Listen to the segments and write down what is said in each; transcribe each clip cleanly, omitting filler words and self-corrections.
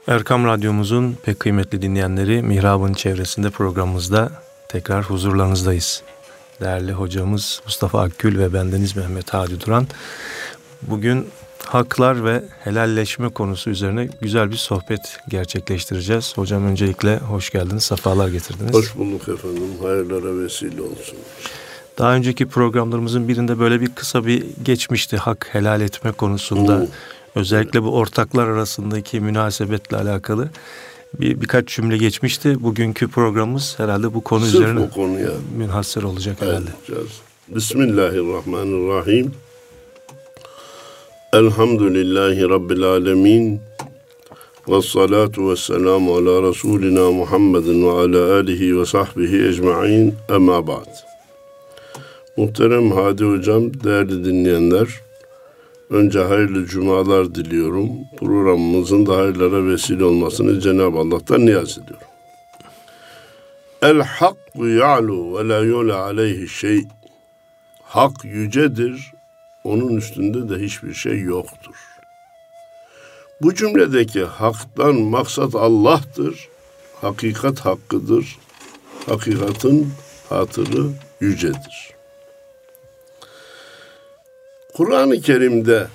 Erkam Radyomuzun pek kıymetli dinleyenleri, Mihrab'ın çevresinde programımızda tekrar huzurlarınızdayız. Değerli hocamız Mustafa Akgül ve bendeniz Mehmet Hadi Duran. Bugün haklar ve helalleşme konusu üzerine güzel bir sohbet gerçekleştireceğiz. Hocam öncelikle hoş geldiniz, sefalar getirdiniz. Hoş bulduk efendim, hayırlara vesile olsun. Daha önceki programlarımızın birinde böyle kısa bir geçmişti hak helal etme konusunda. Özellikle bu ortaklar arasındaki münasebetle alakalı birkaç cümle geçmişti. Bugünkü programımız herhalde bu konu üzerine münhasır olacak herhalde. Bismillahirrahmanirrahim. Elhamdülillahi Rabbil alemin. Vessalatu vesselamu ala Resulina Muhammedin ve ala alihi ve sahbihi ecma'in. Amma ba'd. Muhterem Hadi Hocam, değerli dinleyenler, önce hayırlı cumalar diliyorum. Programımızın da hayırlara vesile olmasını Cenab-ı Allah'tan niyaz ediyorum. El hakku ya'lu ve la yula aleyhi şey. Hak yücedir, onun üstünde de hiçbir şey yoktur. Bu cümledeki haktan maksat Allah'tır, hakikat hakkıdır, hakikatin hatırı yücedir. Kur'an-ı Kerim'de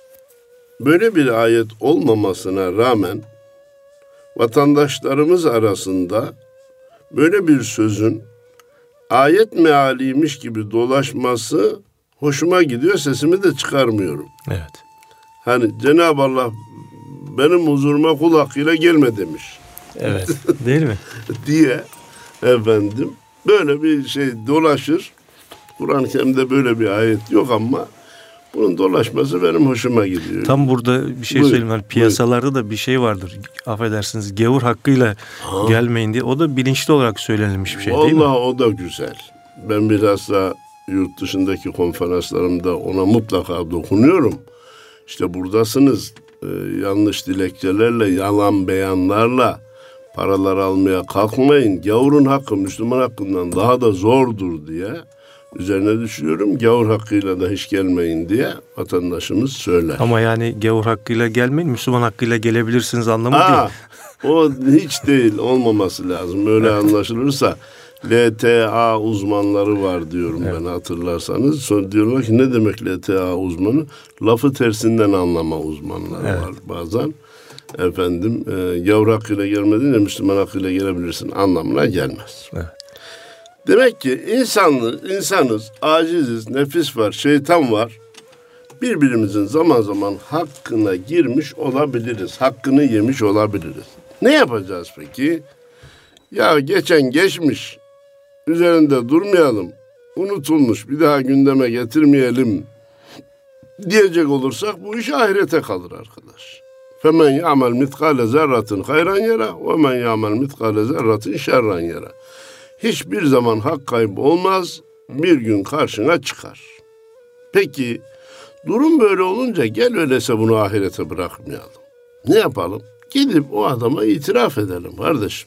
böyle bir ayet olmamasına rağmen vatandaşlarımız arasında böyle bir sözün ayet mealiymiş gibi dolaşması hoşuma gidiyor, sesimi de çıkarmıyorum. Evet. Hani Cenab-ı Allah benim huzuruma kul hakkıyla gelme demiş. Evet, değil mi? diye efendim böyle bir şey dolaşır. Kur'an-ı Kerim'de böyle bir ayet yok ama bunun dolaşması benim hoşuma gidiyor. Tam burada bir şey söyleyeyim. Yani piyasalarda da bir şey vardır. Affedersiniz, gavur hakkıyla gelmeyin diye. O da bilinçli olarak söylenilmiş bir şey değil mi? Vallahi o da güzel. Ben biraz da yurt dışındaki konferanslarımda ona mutlaka dokunuyorum. İşte buradasınız. Yanlış dilekçelerle, yalan beyanlarla paralar almaya kalkmayın. Gavurun hakkı Müslüman hakkından daha da zordur diye üzerine düşüyorum. Gavur hakkıyla da hiç gelmeyin diye vatandaşımız söyler. Ama yani gavur hakkıyla gelmeyin, Müslüman hakkıyla gelebilirsiniz anlamı değil. O hiç değil, olmaması lazım. Öyle anlaşılırsa LTA uzmanları var diyorum ben, hatırlarsanız. Sonra diyorlar ki ne demek LTA uzmanı? Lafı tersinden anlama uzmanları var bazen. Efendim gavur hakkıyla gelmediğinde Müslüman hakkıyla gelebilirsin anlamına gelmez. Evet. Demek ki insanız, aciziz, nefis var, şeytan var. Birbirimizin zaman zaman hakkına girmiş olabiliriz. Hakkını yemiş olabiliriz. Ne yapacağız peki? Ya geçen geçmiş, üzerinde durmayalım, unutulmuş, bir daha gündeme getirmeyelim diyecek olursak bu iş ahirete kalır arkadaş. فَمَنْ يَعْمَلْ مِثْقَالَ زَرَّةٍ خَيْرًا يَرَى وَمَنْ يَعْمَلْ مِثْقَالَ زَرَّةٍ شَرًّا يَرَى. Hiçbir zaman hak kaybı olmaz, bir gün karşına çıkar. Peki, durum böyle olunca gel öyleyse bunu ahirete bırakmayalım. Ne yapalım? Gidip o adama itiraf edelim kardeşim.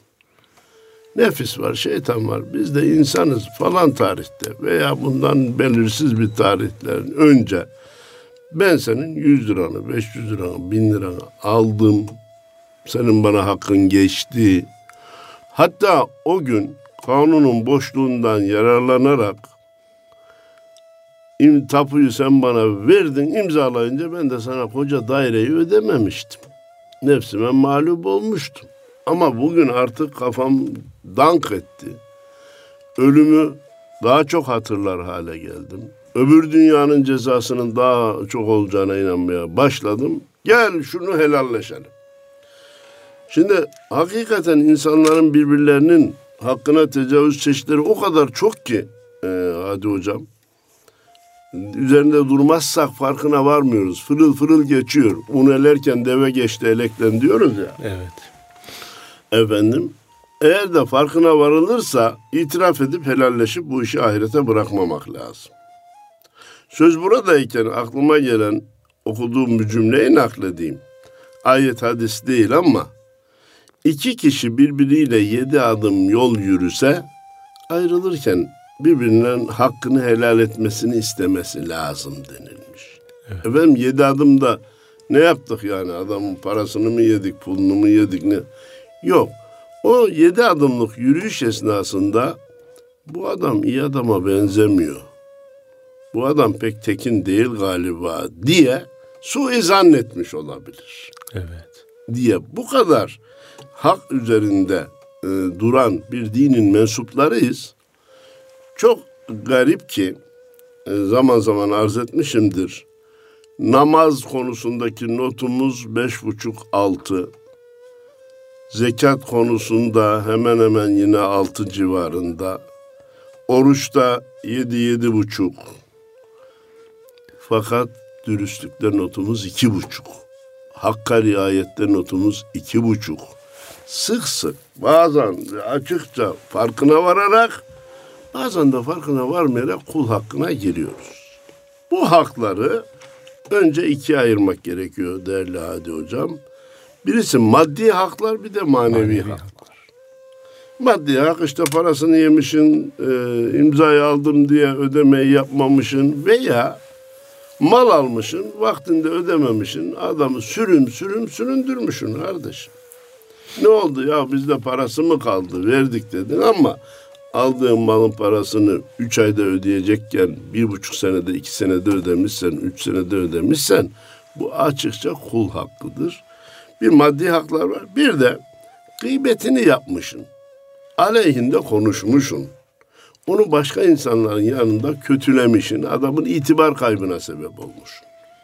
Nefis var, şeytan var, biz de insanız falan tarihte veya bundan belirsiz bir tarihlerin önce ben senin 100 liranı, 500 liranı, 1000 liranı aldım. Senin bana hakkın geçti. Hatta o gün kanunun boşluğundan yararlanarak tapuyu sen bana verdin, imzalayınca ben de sana koca daireyi ödememiştim. Nefsime mağlup olmuştum. Ama bugün artık kafam dank etti. Ölümü daha çok hatırlar hale geldim. Öbür dünyanın cezasının daha çok olacağına inanmaya başladım. Gel şunu helalleşelim. Şimdi hakikaten insanların birbirlerinin hakkına tecavüz çeşitleri o kadar çok ki Hadi Hocam. Üzerinde durmazsak farkına varmıyoruz. Fırıl fırıl geçiyor. Un elerken deve geçti elekten diyoruz ya. Evet. Efendim, eğer de farkına varılırsa itiraf edip helalleşip bu işi ahirete bırakmamak lazım. Söz buradayken aklıma gelen okuduğum bir cümleyi nakledeyim. Ayet hadis değil ama 2 kişi birbiriyle 7 adım yol yürüse ayrılırken birbirinden hakkını helal etmesini istemesi lazım denilmiş. Evet. Efendim 7 adımda Ne yaptık yani? Adamın parasını mı yedik, pulunu mu yedik ne? Yok. O 7 adımlık yürüyüş esnasında bu adam iyi adama benzemiyor. Bu adam pek tekin değil galiba diye suizan etmiş olabilir. Evet. Diye bu kadar hak üzerinde duran bir dinin mensuplarıyız. Çok garip ki zaman zaman arz etmişimdir. Namaz konusundaki notumuz 5,5-6. Zekat konusunda hemen hemen yine 6 civarında. Oruçta 7-7,5. Fakat dürüstlükte notumuz 2,5. Hakka riayette notumuz 2,5. Sık sık bazen açıkça farkına vararak bazen de farkına varmayarak kul hakkına giriyoruz. Bu hakları önce ikiye ayırmak gerekiyor değerli Hadi Hocam. Birisi maddi haklar, bir de manevi haklar. Maddi hak işte parasını yemişsin, imzayı aldım diye ödemeyi yapmamışsın veya mal almışsın, vaktinde ödememişsin, adamı süründürmüşsün kardeşim. Ne oldu ya, bizde parası mı kaldı, verdik dedin ama aldığın malın parasını 3 ayda ödeyecekken 1,5 senede, 2 senede ödemişsen, 3 senede ödemişsen bu açıkça kul hakkıdır. Bir maddi haklar var. Bir de gıybetini yapmışsın. Aleyhinde konuşmuşsun. Onu başka insanların yanında kötülemişsin. Adamın itibar kaybına sebep olmuş.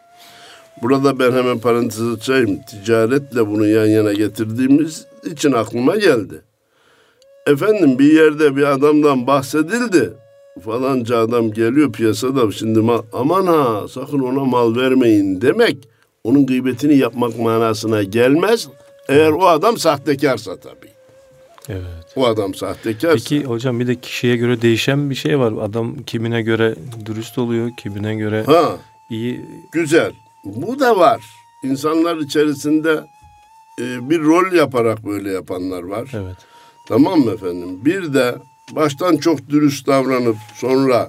Burada ben hemen parantez açayım. Ticaretle bunu yan yana getirdiğimiz için aklıma geldi. Efendim bir yerde bir adamdan bahsedildi. Falanca adam geliyor piyasada. Şimdi aman ha sakın ona mal vermeyin demek onun gıybetini yapmak manasına gelmez. Eğer o adam sahtekarsa tabii. Evet. O adam sahtekarsa. Peki hocam bir de kişiye göre değişen bir şey var. Adam kimine göre dürüst oluyor, kimine göre iyi. Güzel. Bu da var. İnsanlar içerisinde bir rol yaparak böyle yapanlar var. Evet. Tamam mı efendim? Bir de baştan çok dürüst davranıp sonra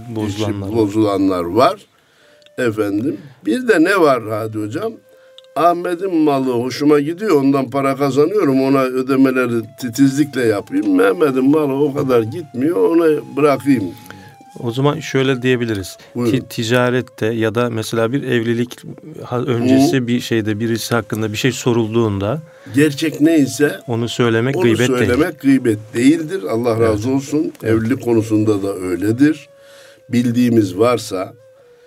bozulanlar var. Efendim. Bir de ne var Hadi Hocam? Ahmet'in malı hoşuma gidiyor, ondan para kazanıyorum, ona ödemeleri titizlikle yapayım. Mehmet'in malı o kadar gitmiyor, ona bırakayım. O zaman şöyle diyebiliriz. Ticarette ya da mesela bir evlilik öncesi bir şeyde birisi hakkında bir şey sorulduğunda gerçek neyse onu söylemek gıybet değil. Gıybet değildir. Allah razı olsun. Evet. Evlilik konusunda da öyledir. Bildiğimiz varsa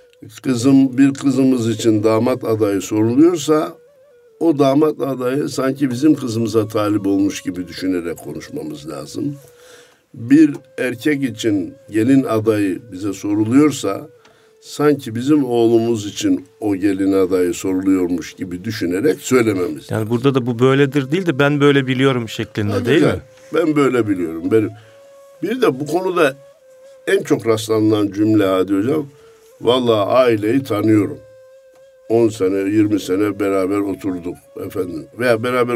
bir kızımız için damat adayı soruluyorsa o damat adayı sanki bizim kızımıza talip olmuş gibi düşünerek konuşmamız lazım. Bir erkek için gelin adayı bize soruluyorsa sanki bizim oğlumuz için o gelin adayı soruluyormuş gibi düşünerek söylememiz lazım. Yani burada da bu böyledir değil de ben böyle biliyorum şeklinde değil mi? Ben böyle biliyorum. Bir de bu konuda en çok rastlanılan cümle Hadi Hocam, vallahi aileyi tanıyorum. 10 sene, 20 sene beraber oturduk efendim. Veya beraber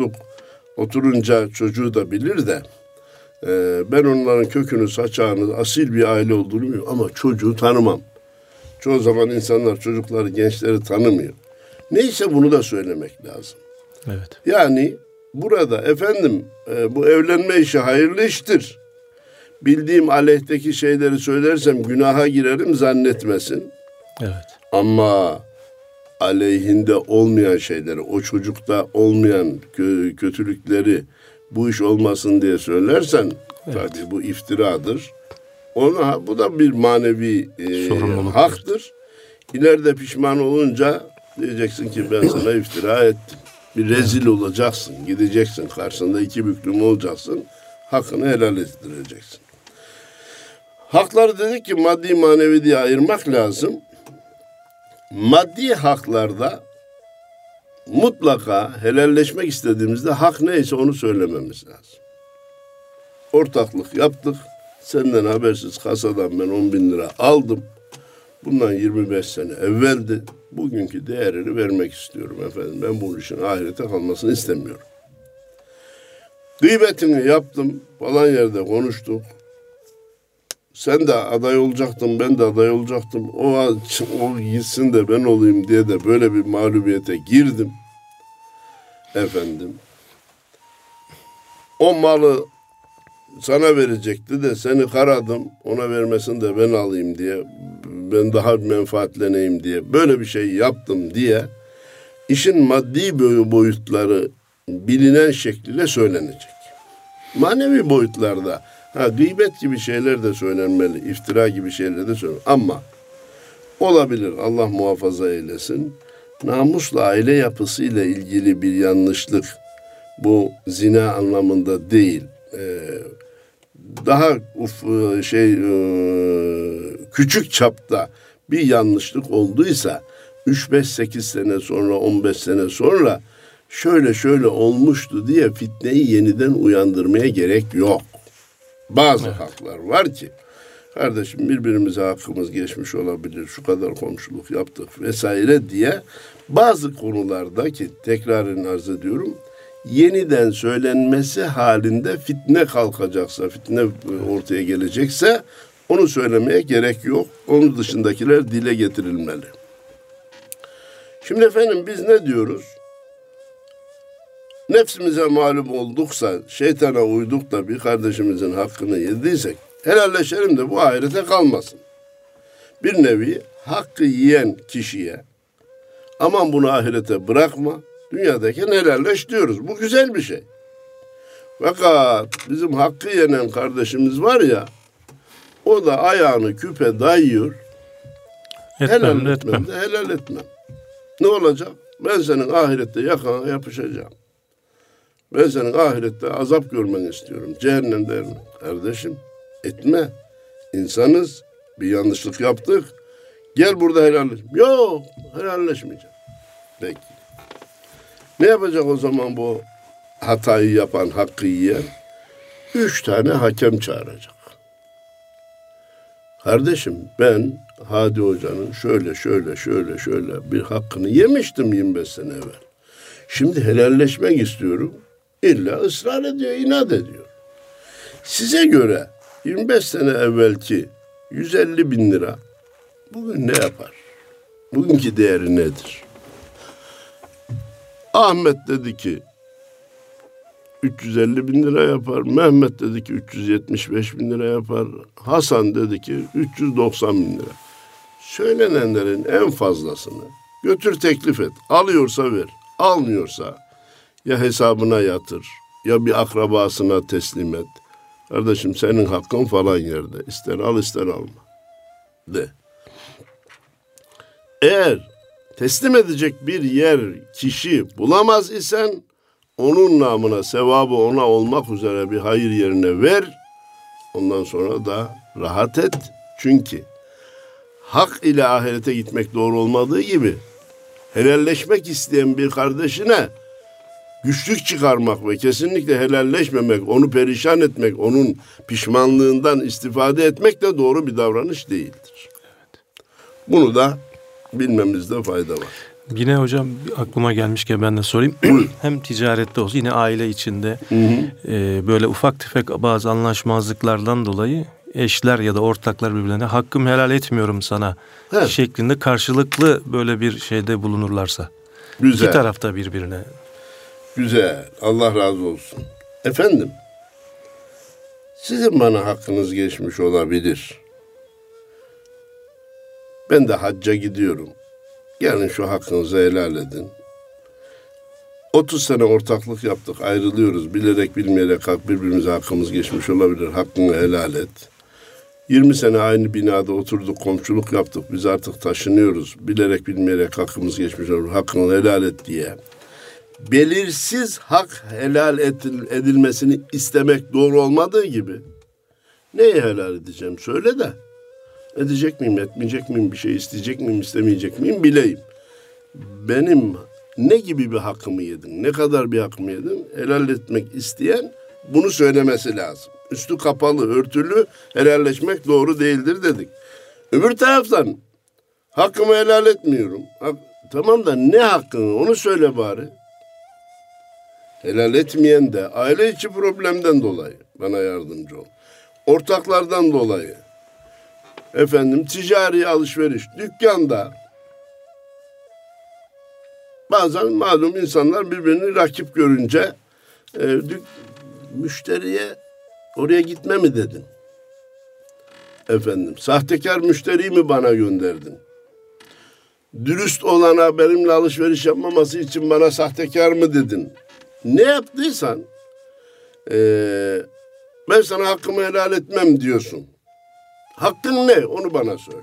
oturunca çocuğu da bilir de ben onların kökünü, saçağını, asil bir aile olduğunu biliyorum ama çocuğu tanımam. Çoğu zaman insanlar çocukları, gençleri tanımıyor. Neyse bunu da söylemek lazım. Evet. Yani burada efendim bu evlenme işi hayırlı iştir. Bildiğim aleyhteki şeyleri söylersem günaha girerim zannetmesin. Evet. Ama aleyhinde olmayan şeyleri, o çocukta olmayan kötülükleri bu iş olmasın diye söylersen tabii bu iftiradır. Bu da bir manevi haktır. İleride pişman olunca diyeceksin ki ben sana iftira ettim. Bir rezil olacaksın. Gideceksin karşısında 2 büklüm olacaksın. Hakkını helal ettireceksin. Hakları dedik ki maddi manevi diye ayırmak lazım. Maddi haklarda mutlaka helalleşmek istediğimizde hak neyse onu söylememiz lazım. Ortaklık yaptık. Senden habersiz kasadan ben 10.000 lira aldım. Bundan 25 sene evveldi. Bugünkü değerini vermek istiyorum efendim. Ben bu işin ahirete kalmasını istemiyorum. Gıybetini yaptım. Falan yerde konuştuk. sen de aday olacaktın, ben de aday olacaktım. O gitsin de ben olayım diye de böyle bir mağlubiyete girdim. Efendim. O malı sana verecekti de seni karadım. Ona vermesin de ben alayım diye. Ben daha menfaatleneyim diye. Böyle bir şey yaptım diye. İşin maddi boyutları bilinen şekliyle söylenecek. Manevi boyutlarda gıybet gibi şeyler de söylenmeli. İftira gibi şeyler de söylenmeli. Ama olabilir, Allah muhafaza eylesin. Namusla aile yapısıyla ilgili bir yanlışlık, bu zina anlamında değil. Daha küçük çapta bir yanlışlık olduysa 3-5-8 sene sonra, 15 sene sonra şöyle olmuştu diye fitneyi yeniden uyandırmaya gerek yok. Bazı haklar var ki kardeşim birbirimize hakkımız geçmiş olabilir, şu kadar komşuluk yaptık vesaire diye bazı konularda ki tekrarını arz ediyorum, yeniden söylenmesi halinde fitne kalkacaksa, fitne ortaya gelecekse onu söylemeye gerek yok. Onun dışındakiler dile getirilmeli. Şimdi efendim biz ne diyoruz? Nefsimize mağlup olduksa, şeytana uyduk da bir kardeşimizin hakkını yediysek, helalleşelim de bu ahirete kalmasın. Bir nevi hakkı yiyen kişiye, aman bunu ahirete bırakma, dünyadayken helalleş diyoruz. Bu güzel bir şey. Fakat bizim hakkı yenen kardeşimiz var ya, o da ayağını küpe dayıyor, helal etmem. Ne olacak? Ben senin ahirette yakana yapışacağım. Ben senin ahirette azap görmeni istiyorum. Cehennemde kardeşim etme. İnsanız, bir yanlışlık yaptık. Gel burada helalleş. Yok, helalleşmeyeceğim. Peki. Ne yapacak o zaman bu hatayı yapan, hakkı yiyen? 3 tane hakem çağıracak. Kardeşim ben Hadi Hoca'nın şöyle bir hakkını yemiştim 25 sene evvel. Şimdi helalleşmek istiyorum. İlla ısrar ediyor, inat ediyor. Size göre 25 sene evvelki 150 bin lira bugün ne yapar? Bugünkü değeri nedir? Ahmet dedi ki 350 bin lira yapar. Mehmet dedi ki 375 bin lira yapar. Hasan dedi ki 390 bin lira. Söylenenlerin en fazlasını götür teklif et. Alıyorsa ver. Almıyorsa ya hesabına yatır ya bir akrabasına teslim et. Kardeşim senin hakkın falan yerde. İster al ister alma. De. Eğer teslim edecek bir yer, kişi bulamaz isen onun namına, sevabı ona olmak üzere bir hayır yerine ver. Ondan sonra da rahat et. Çünkü hak ile ahirete gitmek doğru olmadığı gibi helalleşmek isteyen bir kardeşine güçlük çıkarmak ve kesinlikle helalleşmemek, onu perişan etmek, onun pişmanlığından istifade etmek de doğru bir davranış değildir. Evet. Bunu da bilmemizde fayda var. Yine hocam aklıma gelmişken ben de sorayım. Hem ticarette olsun yine aile içinde böyle ufak tefek bazı anlaşmazlıklardan dolayı eşler ya da ortaklar birbirlerine hakkım helal etmiyorum sana şeklinde karşılıklı böyle bir şeyde bulunurlarsa. Güzel. İki tarafta birbirine. Güzel. Allah razı olsun. Efendim, sizin bana hakkınız geçmiş olabilir. Ben de hacca gidiyorum. Gelin şu hakkınızı helal edin. 30 sene ortaklık yaptık, ayrılıyoruz. Bilerek bilmeyerek birbirimize hakkımız geçmiş olabilir. Hakkını helal et. 20 sene aynı binada oturduk, komşuluk yaptık. Biz artık taşınıyoruz. Bilerek bilmeyerek hakkımız geçmiş olabilir. Hakkını helal et diye. Belirsiz hak helal edilmesini istemek doğru olmadığı gibi neyi helal edeceğim söyle de edecek miyim, etmeyecek miyim, bir şey isteyecek miyim, istemeyecek miyim bileyim. Benim ne gibi bir hakkımı yedin, ne kadar bir hakkımı yedin helal etmek isteyen bunu söylemesi lazım. Üstü kapalı, örtülü helalleşmek doğru değildir dedik. Öbür taraftan hakkımı helal etmiyorum. Tamam da ne hakkını onu söyle bari. Helal etmeyen de aile içi problemden dolayı bana yardımcı ol. Ortaklardan dolayı ticari alışveriş, dükkanda bazen malum insanlar birbirini rakip görünce müşteriye oraya gitme mi dedin? Sahtekar müşteriyi mi bana gönderdin? Dürüst olana benimle alışveriş yapmaması için bana sahtekar mı dedin? Ne yaptıysan ben sana hakkımı helal etmem diyorsun. Hakkın ne? Onu bana söyle.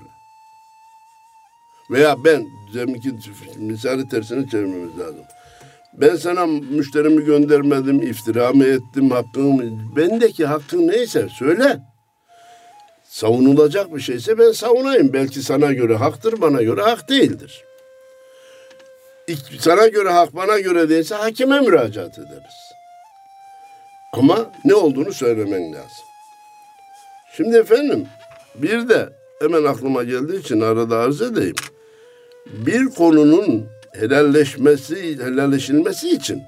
Veya ben, deminki misali tersine çevirmemiz lazım. Ben sana müşterimi göndermedim, iftira mı ettim, hakkımı, bendeki hakkın neyse söyle. Savunulacak bir şeyse ben savunayım. Belki sana göre haktır, bana göre hak değildir. Sana göre hak, bana göre değilse hakime müracaat ederiz. Ama ne olduğunu söylemen lazım. Şimdi bir de hemen aklıma geldiği için arada arz edeyim. Bir konunun helalleşilmesi için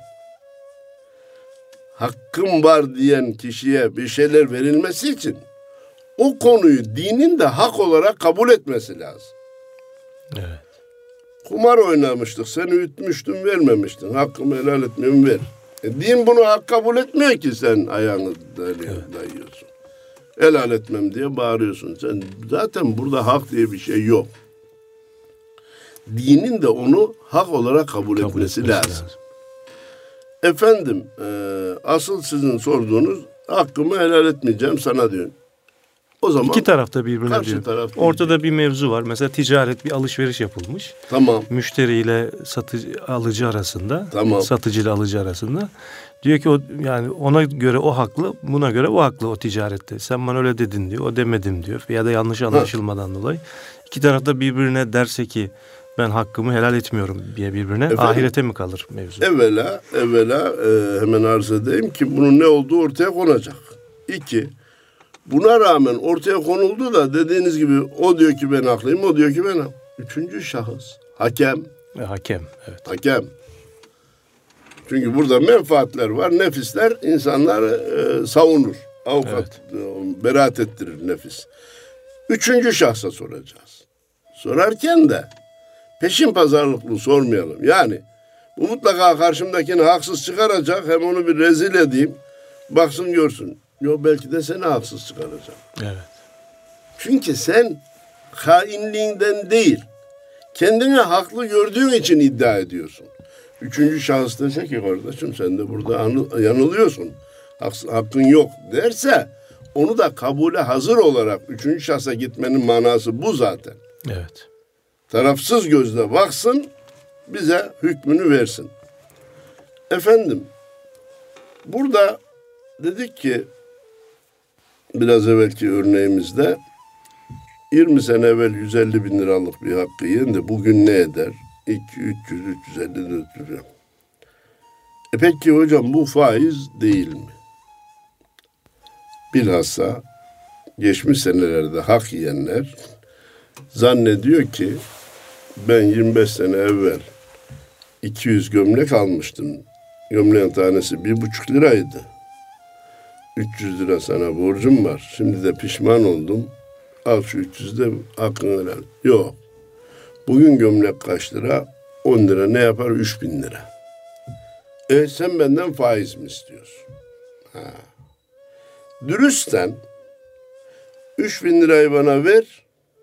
hakkım var diyen kişiye bir şeyler verilmesi için o konuyu dinin de hak olarak kabul etmesi lazım. Evet. Kumar oynamıştık, seni ütmüştüm, vermemiştin. Hakkımı helal etmiyorum, ver. Din bunu hak kabul etmiyor ki sen ayağını dayıyorsun. Helal etmem diye bağırıyorsun. Sen zaten burada hak diye bir şey yok. Dinin de onu hak olarak kabul etmesi lazım. Asıl sizin sorduğunuz hakkımı helal etmeyeceğim sana diyor. O zaman İki tarafta birbirine diyor. Ortada bir mevzu var. Mesela ticaret, bir alışveriş yapılmış. Tamam. Müşteriyle alıcı arasında. Tamam. Satıcı ile alıcı arasında. Diyor ki yani ona göre o haklı, buna göre o haklı o ticarette. Sen bana öyle dedin diyor, o demedim diyor. Ya da yanlış anlaşılmadan dolayı. İki tarafta birbirine derse ki ben hakkımı helal etmiyorum diye birbirine, ahirete mi kalır mevzu? Evvela hemen arz edeyim ki bunun ne olduğu ortaya konacak. 2. Buna rağmen ortaya konuldu da dediğiniz gibi o diyor ki ben haklıyım, o diyor ki ben haklıyım. 3. şahıs, hakem. Hakem, evet. Hakem. Çünkü burada menfaatler var, nefisler insanları savunur. Avukat beraat ettirir nefis. 3. şahsa soracağız. Sorarken de peşin pazarlıklı sormayalım. Yani bu mutlaka karşımdakini haksız çıkaracak, hem onu bir rezil edeyim, baksın görsün. Yok, belki de seni haksız çıkaracağım. Evet. Çünkü sen hainliğinden değil, kendini haklı gördüğün için iddia ediyorsun. 3. şahıs dese ki kardeşim sen de burada yanılıyorsun, hakkın yok derse, onu da kabule hazır olarak 3. şahsa gitmenin manası bu zaten. Evet. Tarafsız gözle baksın, bize hükmünü versin. Burada dedik ki biraz evvelki örneğimizde 20 sene evvel 150 bin liralık bir hakkı yiyen de bugün ne eder? 200, 300, 350, 400 lira. Peki hocam bu faiz değil mi? Bilhassa geçmiş senelerde hak yiyenler zannediyor ki ben 25 sene evvel 200 gömlek almıştım. Gömleğin tanesi 1,5 liraydı. 300 lira sana borcum var. Şimdi de pişman oldum. Al şu 300'ü de hakkını helal. Yok. Bugün gömlek kaç lira? 10 lira ne yapar? 3.000 lira. Sen benden faiz mi istiyorsun? Dürüstten 3.000 lirayı bana ver.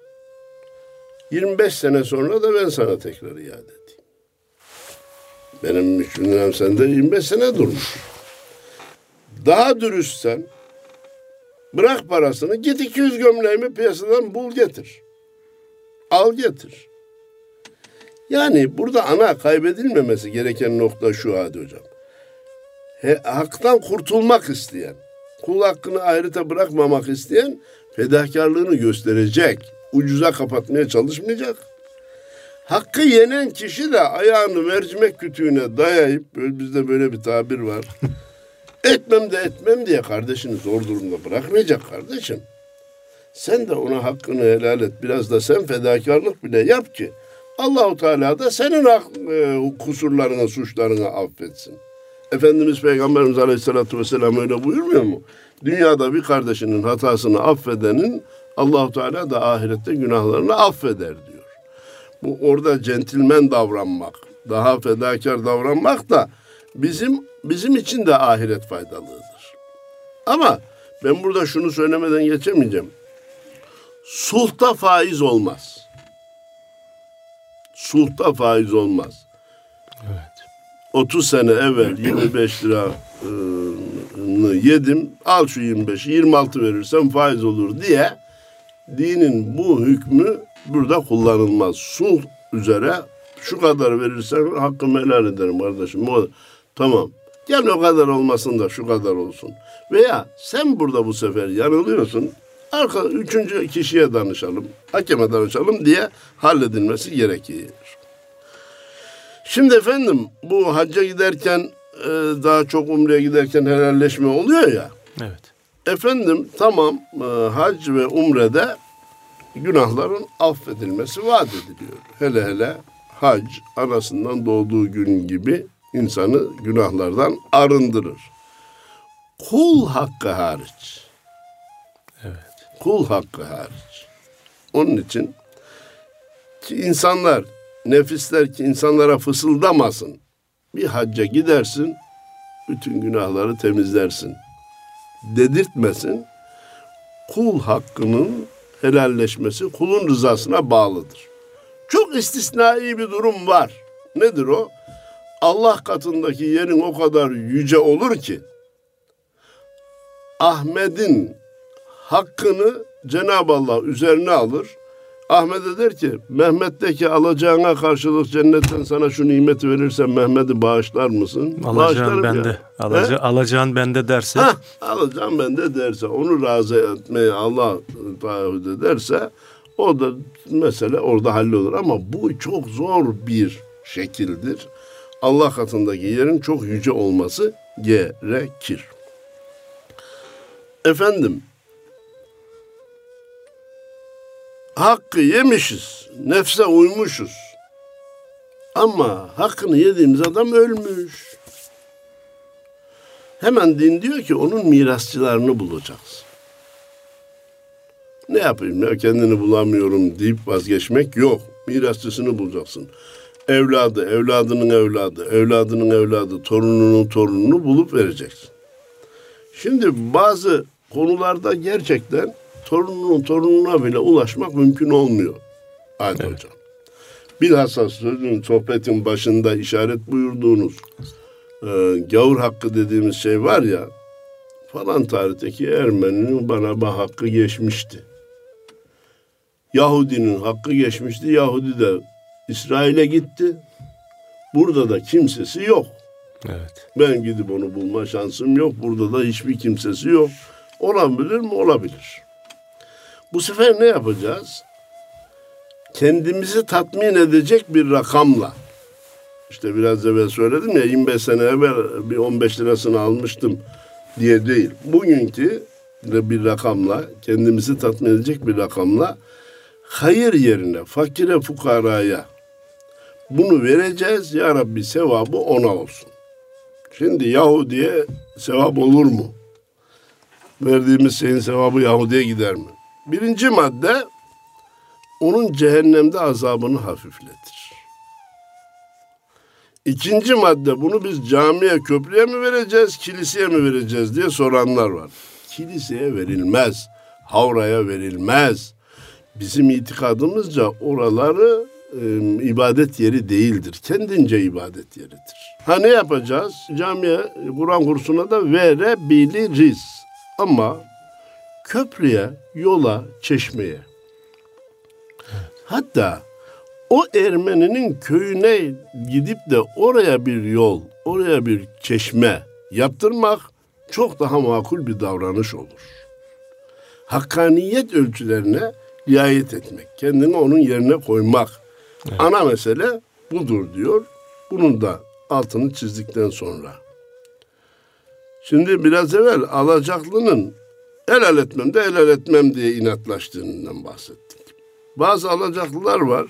25 sene sonra da ben sana tekrar iade edeyim. Benim 3.000 liram sende 25 sene durmuş. Daha dürüstsen bırak parasını, git 200 gömleğimi piyasadan bul getir. Al getir. Yani burada ana kaybedilmemesi gereken nokta şu Hadi Hocam. Haktan kurtulmak isteyen, kul hakkını ahirete bırakmamak isteyen fedakarlığını gösterecek. Ucuza kapatmaya çalışmayacak. Hakkı yenen kişi de ayağını mercimek kütüğüne dayayıp, bizde böyle bir tabir var. etmem diye kardeşini zor durumda bırakmayacak kardeşim. Sen de ona hakkını helal et. Biraz da sen fedakarlık bile yap ki Allah-u Teala da senin kusurlarını, suçlarını affetsin. Efendimiz Peygamberimiz Aleyhisselatü Vesselam öyle buyurmuyor mu? Dünyada bir kardeşinin hatasını affedenin Allah-u Teala da ahirette günahlarını affeder diyor. Bu orada centilmen davranmak, daha fedakar davranmak da bizim için de ahiret faydalıdır. Ama ben burada şunu söylemeden geçemeyeceğim. Sulhta faiz olmaz. Sulhta faiz olmaz. Evet. 30 sene evvel 25 lira yedim. Al şu 25'i 26 verirsem faiz olur diye dinin bu hükmü burada kullanılmaz. Sulh üzere şu kadar verirsen hakkımı helal ederim kardeşim. Tamam. Gel o kadar olmasın da şu kadar olsun. Veya sen burada bu sefer yanılıyorsun. Üçüncü kişiye danışalım, hakeme danışalım diye halledilmesi gerekir. Şimdi efendim bu hacca giderken daha çok umreye giderken helalleşme oluyor ya. Evet. Efendim tamam hac ve umrede günahların affedilmesi vaat ediliyor. Hele hele hac anasından doğduğu gün gibi insanı günahlardan arındırır. Kul hakkı hariç. Evet. Kul hakkı hariç. Onun için ki insanlar, nefisler ki insanlara fısıldamasın. Bir hacca gidersin, bütün günahları temizlersin. Dedirtmesin. Kul hakkının helalleşmesi kulun rızasına bağlıdır. Çok istisnai bir durum var. Nedir o? Allah katındaki yerin o kadar yüce olur ki Ahmet'in hakkını Cenab-ı Allah üzerine alır. Ahmet'e der ki Mehmet'teki alacağına karşılık cennetten sana şu nimeti verirsem Mehmet'i bağışlar mısın? Alacağın bende. Alacağın bende derse. Alacağım bende derse, onu razı etmeye Allah taahhüt ederse o da mesele orada hallolur. Ama bu çok zor bir şekildir. Allah katındaki yerin çok yüce olması gerekir. Efendim, hakkı yemişiz, nefse uymuşuz. Ama hakkını yediğimiz adam ölmüş. Hemen din diyor ki onun mirasçılarını bulacaksın. Ne yapayım ya kendini bulamıyorum deyip vazgeçmek yok. Mirasçısını bulacaksın. Evladı, evladının evladı, evladının evladı, torununun torununu bulup vereceksin. Şimdi bazı konularda gerçekten torununun torununa bile ulaşmak mümkün olmuyor. Hadi evet. Hocam. Bilhassa sözün, sohbetin başında işaret buyurduğunuz gavur hakkı dediğimiz şey var ya, falan tarihteki Ermeninin bana hakkı geçmişti. Yahudinin hakkı geçmişti. Yahudi de İsrail'e gitti. Burada da kimsesi yok. Evet. Ben gidip onu bulma şansım yok. Burada da hiçbir kimsesi yok. Olabilir mi? Olabilir. Bu sefer ne yapacağız? Kendimizi tatmin edecek bir rakamla. İşte biraz evvel söyledim ya 25 sene evvel bir 15 lirasını almıştım diye değil. Bugünkü bir rakamla, kendimizi tatmin edecek bir rakamla hayır yerine, fakire, fukaraya bunu vereceğiz. Ya Rabbi sevabı ona olsun. Şimdi Yahudi'ye sevap olur mu? Verdiğimiz şeyin sevabı Yahudi'ye gider mi? Birinci madde, onun cehennemde azabını hafifletir. İkinci madde, bunu biz camiye, köprüye mi vereceğiz, kiliseye mi vereceğiz diye soranlar var. Kiliseye verilmez, havraya verilmez. Bizim itikadımızca oraları ibadet yeri değildir. Kendince ibadet yeridir. Ha ne yapacağız? Camiye, Kur'an kursuna da verebiliriz. Ama köprüye, yola, çeşmeye. Hatta o Ermeninin köyüne gidip de oraya bir yol, oraya bir çeşme yaptırmak çok daha makul bir davranış olur. Hakkaniyet ölçülerine riayet etmek, kendini onun yerine koymak. Evet. Ana mesele budur diyor. Bunun da altını çizdikten sonra. Şimdi biraz evvel alacaklının helal etmem de helal etmem diye inatlaştığından bahsettik. Bazı alacaklılar var.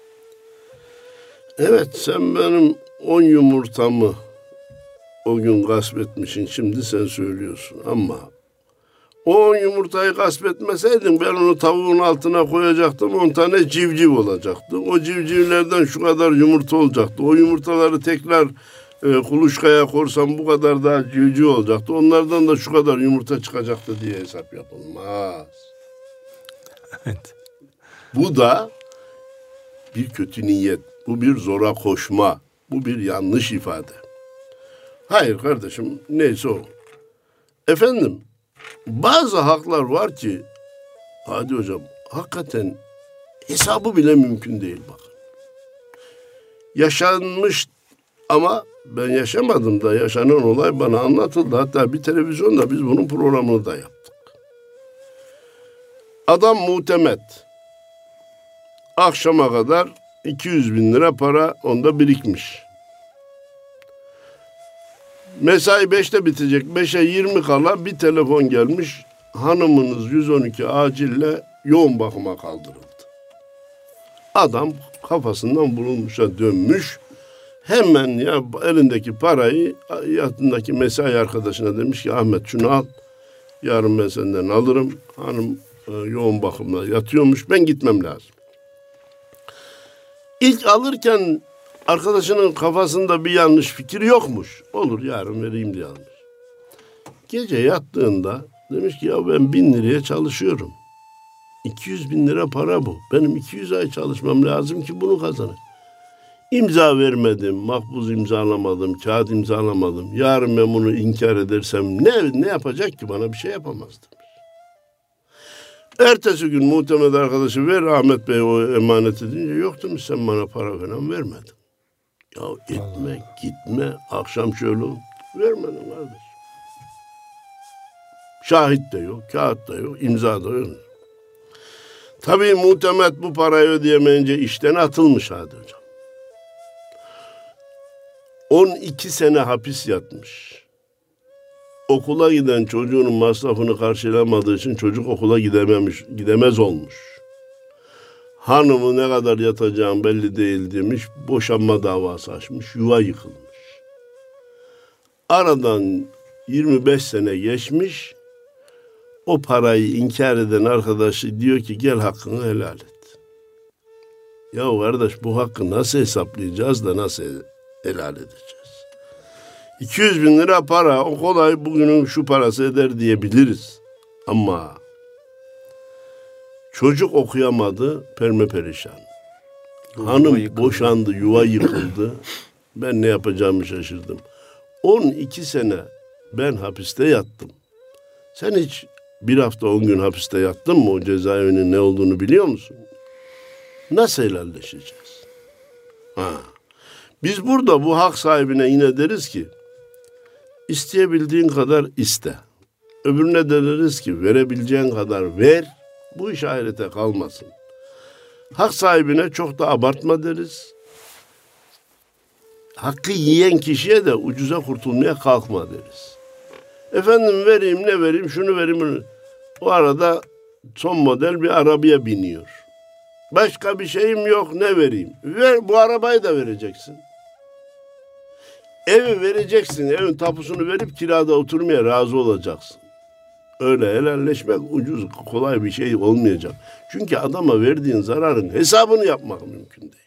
Evet sen benim 10 yumurtamı o gün gasp etmişsin, şimdi sen söylüyorsun ama O 10 yumurtayı gasp etmeseydin ben onu tavuğun altına koyacaktım. 10 tane civciv olacaktı. O civcivlerden şu kadar yumurta olacaktı. O yumurtaları tekrar kuluçkaya korsam bu kadar daha civciv olacaktı. Onlardan da şu kadar yumurta çıkacaktı diye hesap yapılmaz. Evet. Bu da bir kötü niyet. Bu bir zora koşma. Bu bir yanlış ifade. Hayır kardeşim, neyse o. Efendim, bazı haklar var ki hadi hocam hakikaten hesabı bile mümkün değil bakın. Yaşanmış ama ben yaşamadım da yaşanan olay bana anlatıldı. Hatta bir televizyonda biz bunun programını da yaptık. Adam muhtemet. Akşama kadar 200 bin lira para onda birikmiş. Mesai 5'te bitecek. 5'e 20 kala bir telefon gelmiş. Hanımınız 112 acille yoğun bakıma kaldırıldı. Adam kafasından vurulmuşa dönmüş. Hemen ya elindeki parayı yanındaki mesai arkadaşına demiş ki Ahmet şunu al. Yarın ben senden alırım. Hanım yoğun bakımda yatıyormuş. Ben gitmem lazım. İlk alırken arkadaşının kafasında bir yanlış fikir yokmuş. Olur yarın vereyim diye almış. Gece yattığında demiş ki ya ben 1000 liraya çalışıyorum. 200 bin lira para bu. Benim 200 ay çalışmam lazım ki bunu kazanayım. İmza vermedim, makbuz imzalamadım, kağıt imzalamadım. Yarın ben bunu inkar edersem ne yapacak ki bana bir şey yapamaz demiş. Ertesi gün muhtemel arkadaşı ver Ahmet Bey o emanet edince yok demiş sen bana para falan vermedin. Ya etme gitme akşam şöyle vermedim kardeş. Şahit de yok, kağıt da yok, imza da yok. Tabii muhtemet bu parayı ödeyemeyince işten atılmış hadi hocam. 12 sene hapis yatmış. Okula giden çocuğunun masrafını karşılamadığı için çocuk okula gidemez olmuş. Hanımı ne kadar yatacağım belli değil demiş, boşanma davası açmış, yuva yıkılmış. Aradan 25 sene geçmiş, o parayı inkar eden arkadaşı diyor ki gel hakkını helal et. Ya kardeş bu hakkı nasıl hesaplayacağız da nasıl helal edeceğiz? 200 bin lira para o kolay bugünün şu parası eder diyebiliriz. Ama çocuk okuyamadı perişan. Hanım boşandı yuva yıkıldı. Ben ne yapacağımı şaşırdım. 12 sene ben hapiste yattım. Sen hiç bir hafta 10 gün hapiste yattın mı? O cezaevinin ne olduğunu biliyor musun? Nasıl helalleşeceğiz? Biz burada bu hak sahibine yine deriz ki isteyebildiğin kadar iste. Öbürüne de deriz ki verebileceğin kadar ver. Bu iş ahirete kalmasın. Hak sahibine çok da abartma deriz. Hakkı yiyen kişiye de ucuza kurtulmaya kalkma deriz. Efendim vereyim ne vereyim şunu vereyim. O arada son model bir arabaya biniyor. Başka bir şeyim yok ne vereyim? Ver bu arabayı da vereceksin. Evi vereceksin. Evin tapusunu verip kirada oturmaya razı olacaksın. Öyle helalleşmek ucuz kolay bir şey olmayacak. Çünkü adama verdiğin zararın hesabını yapmak mümkün değil.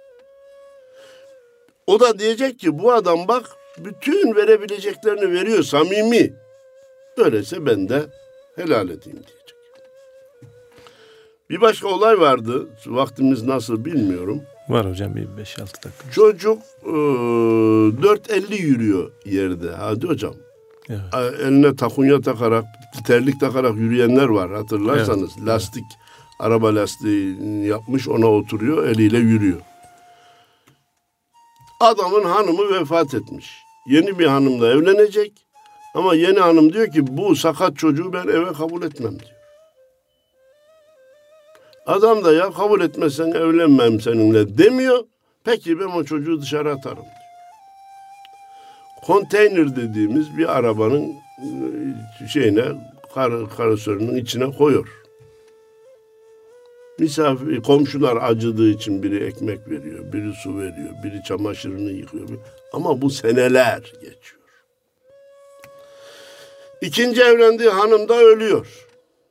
O da diyecek ki bu adam bak bütün verebileceklerini veriyor samimi. Öyleyse ben de helal edeyim diyecek. Bir başka olay vardı. Vaktimiz nasıl bilmiyorum. Var hocam bir 5-6 dakika. Çocuk 4.50 yürüyor yerde. Hadi hocam. Evet. Eline takunya takarak, terlik takarak yürüyenler var hatırlarsanız. Evet. Lastik, araba lastiği yapmış ona oturuyor eliyle yürüyor. Adamın hanımı vefat etmiş. Yeni bir hanımla evlenecek. Ama yeni hanım diyor ki bu sakat çocuğu ben eve kabul etmem diyor. Adam da ya kabul etmezsen evlenmem seninle demiyor. Peki ben o çocuğu dışarı atarım diyor. Konteyner dediğimiz bir arabanın karosörünün içine koyuyor. Misafir, komşular acıdığı için biri ekmek veriyor, biri su veriyor, biri çamaşırını yıkıyor. Ama bu seneler geçiyor. İkinci evlendiği hanım da ölüyor.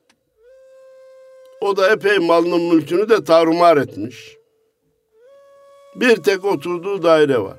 O da epey malının mülkünü de tarumar etmiş. Bir tek oturduğu daire var.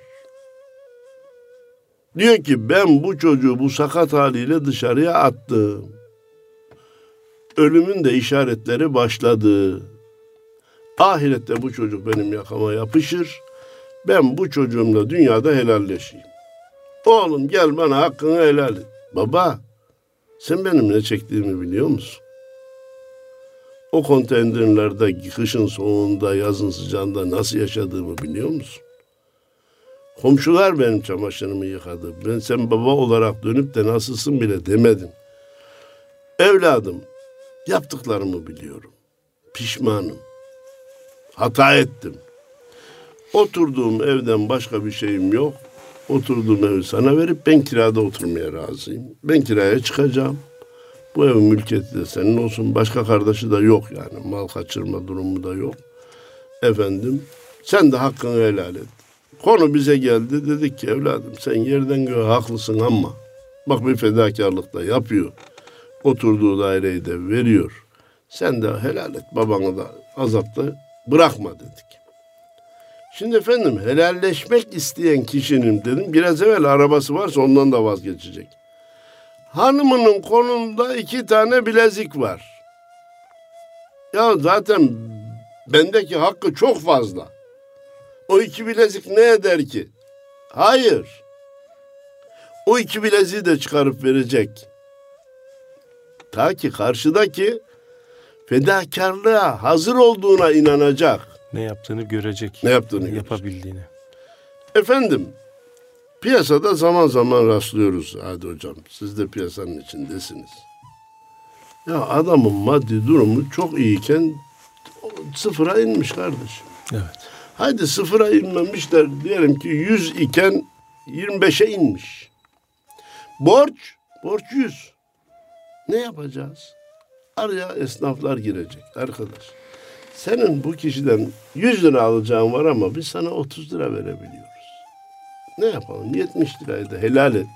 Diyor ki ben bu çocuğu bu sakat haliyle dışarıya attım. Ölümün de işaretleri başladı. Ahirette bu çocuk benim yakama yapışır. Ben bu çocuğumla dünyada helalleşeyim. Oğlum gel bana hakkını helal et. Baba, sen benim ne çektiğimi biliyor musun? O konteynerlerde kışın soğuğunda, yazın sıcağında nasıl yaşadığımı biliyor musun? Komşular benim çamaşırımı yıkadı. Sen baba olarak dönüp de nasılsın bile demedin. Evladım, yaptıklarımı biliyorum. Pişmanım. Hata ettim. Oturduğum evden başka bir şeyim yok. Oturduğum evi sana verip ben kirada oturmaya razıyım. Ben kiraya çıkacağım. Bu evin mülkiyeti de senin olsun. Başka kardeşi de yok yani. Mal kaçırma durumu da yok. Efendim, sen de hakkını helal et. Konu bize geldi. Dedik ki evladım sen yerden göğe haklısın ama bak bir fedakarlık da yapıyor. Oturduğu daireyi de veriyor. Sen de helal et. Babanı da azapta bırakma dedik. Şimdi efendim helalleşmek isteyen kişinin dedim biraz evvel arabası varsa ondan da vazgeçecek. Hanımının kolunda 2 tane bilezik var. Ya zaten bendeki hakkı çok fazla. O 2 bilezik ne eder ki? Hayır. O 2 bileziği de çıkarıp verecek. Ta ki karşıdaki fedakarlığa hazır olduğuna inanacak. Ne yaptığını görecek. Ne yaptığını yapabildiğini. Efendim, piyasada zaman zaman rastlıyoruz Hadi hocam. Siz de piyasanın içindesiniz. Ya adamın maddi durumu çok iyiyken sıfıra inmiş kardeşim. Evet. Haydi sıfıra inmemişler. Diyelim ki 100 iken 25'e inmiş. Borç 100. Ne yapacağız? Araya esnaflar girecek arkadaş. Senin bu kişiden 100 lira alacağın var ama biz sana 30 lira verebiliyoruz. Ne yapalım? 70 lirayı da helal et.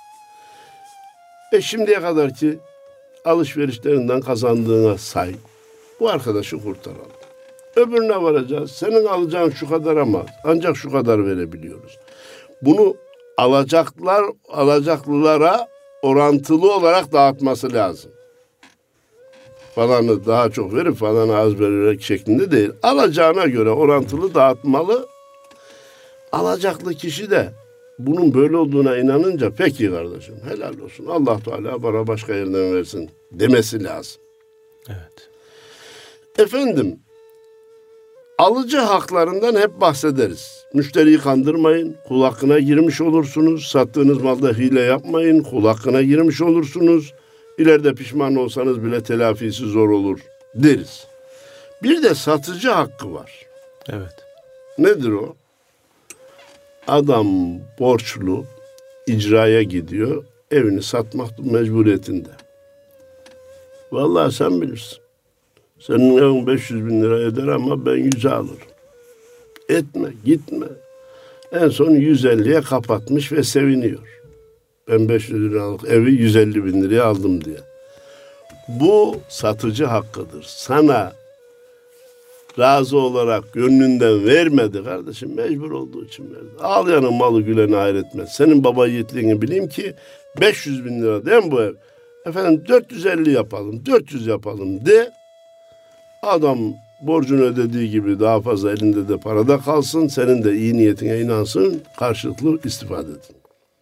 Şimdiye kadar ki alışverişlerinden kazandığına say. Bu arkadaşı kurtaralım. Öbürüne varacağız. Senin alacağın şu kadar ama ancak şu kadar verebiliyoruz. Bunu alacaklılara orantılı olarak dağıtması lazım. Falanı daha çok verip falanı az vererek şeklinde değil. Alacağına göre orantılı dağıtmalı. Alacaklı kişi de bunun böyle olduğuna inanınca peki kardeşim helal olsun. Allah Teala bana başka yerden versin demesi lazım. Evet. Efendim, alıcı haklarından hep bahsederiz. Müşteriyi kandırmayın, kul hakkına girmiş olursunuz. Sattığınız malda hile yapmayın, kul hakkına girmiş olursunuz. İleride pişman olsanız bile telafisi zor olur deriz. Bir de satıcı hakkı var. Evet. Nedir o? Adam borçlu, icraya gidiyor, evini satmak mecburiyetinde. Vallahi sen bilirsin. Senin evin 500 bin lira eder ama ben 100'e alırım. Etme, gitme. En son 150'ye kapatmış ve seviniyor. Ben 500 liralık evi 150 bin liraya aldım diye. Bu satıcı hakkıdır. Sana razı olarak gönlünden vermedi kardeşim. Mecbur olduğu için verdi. Ağlayanın malı güleni hayretmez. Senin baba yiğitliğini bileyim ki 500 bin lira değil mi bu ev? Efendim 450 yapalım, 400 yapalım de. Adam borcunu ödediği gibi daha fazla elinde de parada kalsın. Senin de iyi niyetine inansın. Karşılıklı istifade edin.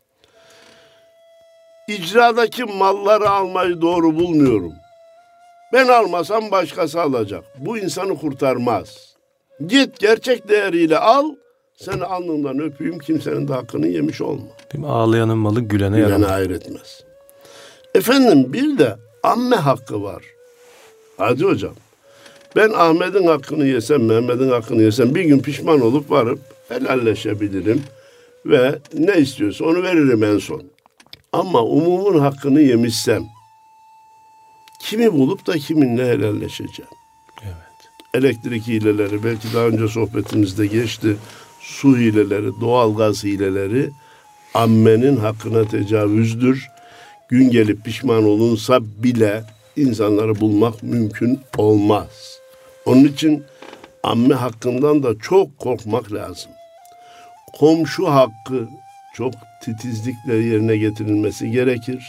İcradaki malları almayı doğru bulmuyorum. Ben almasam başkası alacak. Bu insanı kurtarmaz. Git gerçek değeriyle al. Seni alnından öpeyim, kimsenin de hakkını yemiş olma. Değil mi? Ağlayanın malı gülene yaramaz. Gülene hayretmez. Efendim bir de amme hakkı var. Hadi hocam. Ben Ahmet'in hakkını yesem, Mehmet'in hakkını yesem bir gün pişman olup varıp helalleşebilirim. Ve ne istiyorsa onu veririm en son. Ama umumun hakkını yemişsem kimi bulup da kiminle helalleşeceğim? Evet. Elektrik hileleri, belki daha önce sohbetimizde geçti. Su hileleri, doğalgaz hileleri ammenin hakkına tecavüzdür. gün gelip pişman olunsa bile insanları bulmak mümkün olmaz. Onun için amme hakkından da çok korkmak lazım. Komşu hakkı çok titizlikle yerine getirilmesi gerekir.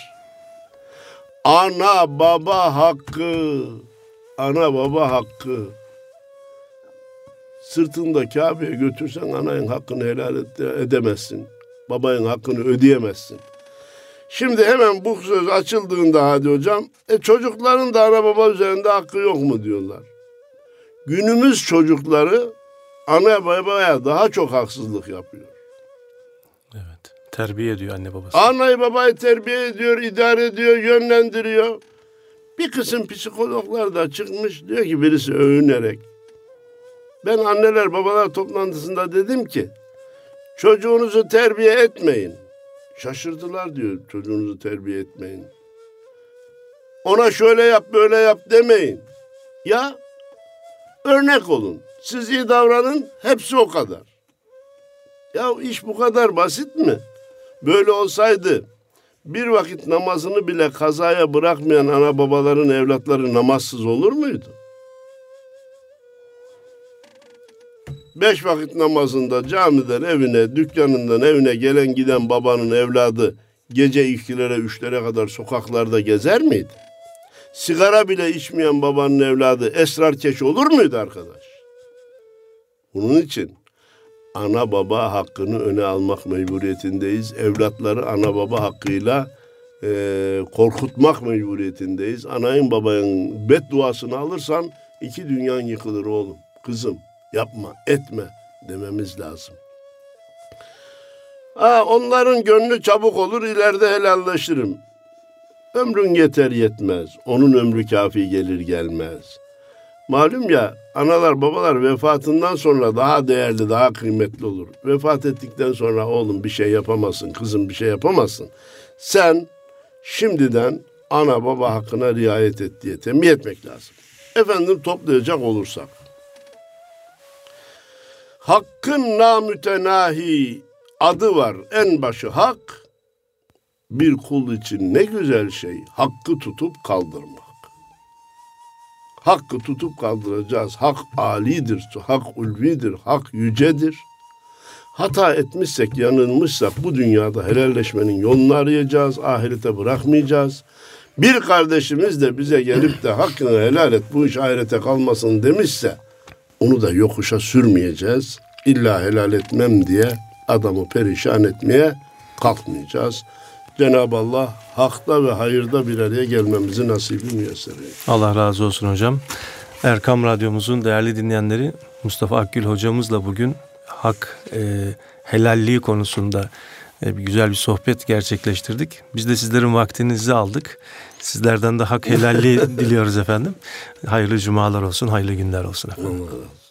Ana baba hakkı. Sırtında Kabe'ye götürsen ananın hakkını helal edemezsin. Babanın hakkını ödeyemezsin. Şimdi hemen bu söz açıldığında hadi hocam, çocukların da ana baba üzerinde hakkı yok mu diyorlar. Günümüz çocukları ana babaya daha çok haksızlık yapıyor. Evet. Terbiye ediyor anne babası. Anayı babayı terbiye ediyor, idare ediyor, yönlendiriyor. Bir kısım psikologlar da çıkmış, diyor ki birisi övünerek. Ben anneler babalar toplantısında dedim ki çocuğunuzu terbiye etmeyin. Şaşırdılar diyor, çocuğunuzu terbiye etmeyin. Ona şöyle yap böyle yap demeyin. Ya örnek olun. Siz iyi davranın, hepsi o kadar. Ya iş bu kadar basit mi? Böyle olsaydı bir vakit namazını bile kazaya bırakmayan ana babaların evlatları namazsız olur muydu? 5 vakit namazında camiden evine, dükkanından evine gelen giden babanın evladı gece 2'lere 3'lere kadar sokaklarda gezer miydi? Sigara bile içmeyen babanın evladı esrarkeş olur muydu arkadaş? Bunun için ana baba hakkını öne almak mecburiyetindeyiz. Evlatları ana baba hakkıyla korkutmak mecburiyetindeyiz. Anayın babanın bedduasını alırsan 2 dünyan yıkılır oğlum. Kızım yapma, etme dememiz lazım. Onların gönlü çabuk olur, ileride helalleşirim. Ömrün yeter yetmez. Onun ömrü kafi gelir gelmez. Malum ya, analar babalar vefatından sonra daha değerli, daha kıymetli olur. Vefat ettikten sonra oğlum bir şey yapamazsın, kızım bir şey yapamazsın. Sen şimdiden ana baba hakkına riayet et diye tembih etmek lazım. Efendim toplayacak olursak. Hakkın namütenahi adı var. En başı hak. Bir kul için ne güzel şey. Hakkı tutup kaldırmak. Hakkı tutup kaldıracağız. Hak âlidir, hak ulvidir, hak yücedir. Hata etmişsek, yanılmışsak bu dünyada helalleşmenin yolunu arayacağız. Ahirete bırakmayacağız. Bir kardeşimiz de bize gelip de hakkını helal et, bu iş ahirete kalmasın demişse onu da yokuşa sürmeyeceğiz. İlla helal etmem diye adamı perişan etmeye kalkmayacağız. Cenab-ı Allah hakta ve hayırda bir araya gelmemizi nasibi müyesser eylesin. Allah razı olsun hocam. Erkam Radyomuzun değerli dinleyenleri, Mustafa Akgül hocamızla bugün hak helalliği konusunda güzel bir sohbet gerçekleştirdik. Biz de sizlerin vaktinizi aldık. Sizlerden de hak helalliği diliyoruz efendim. Hayırlı cumalar olsun, hayırlı günler olsun efendim.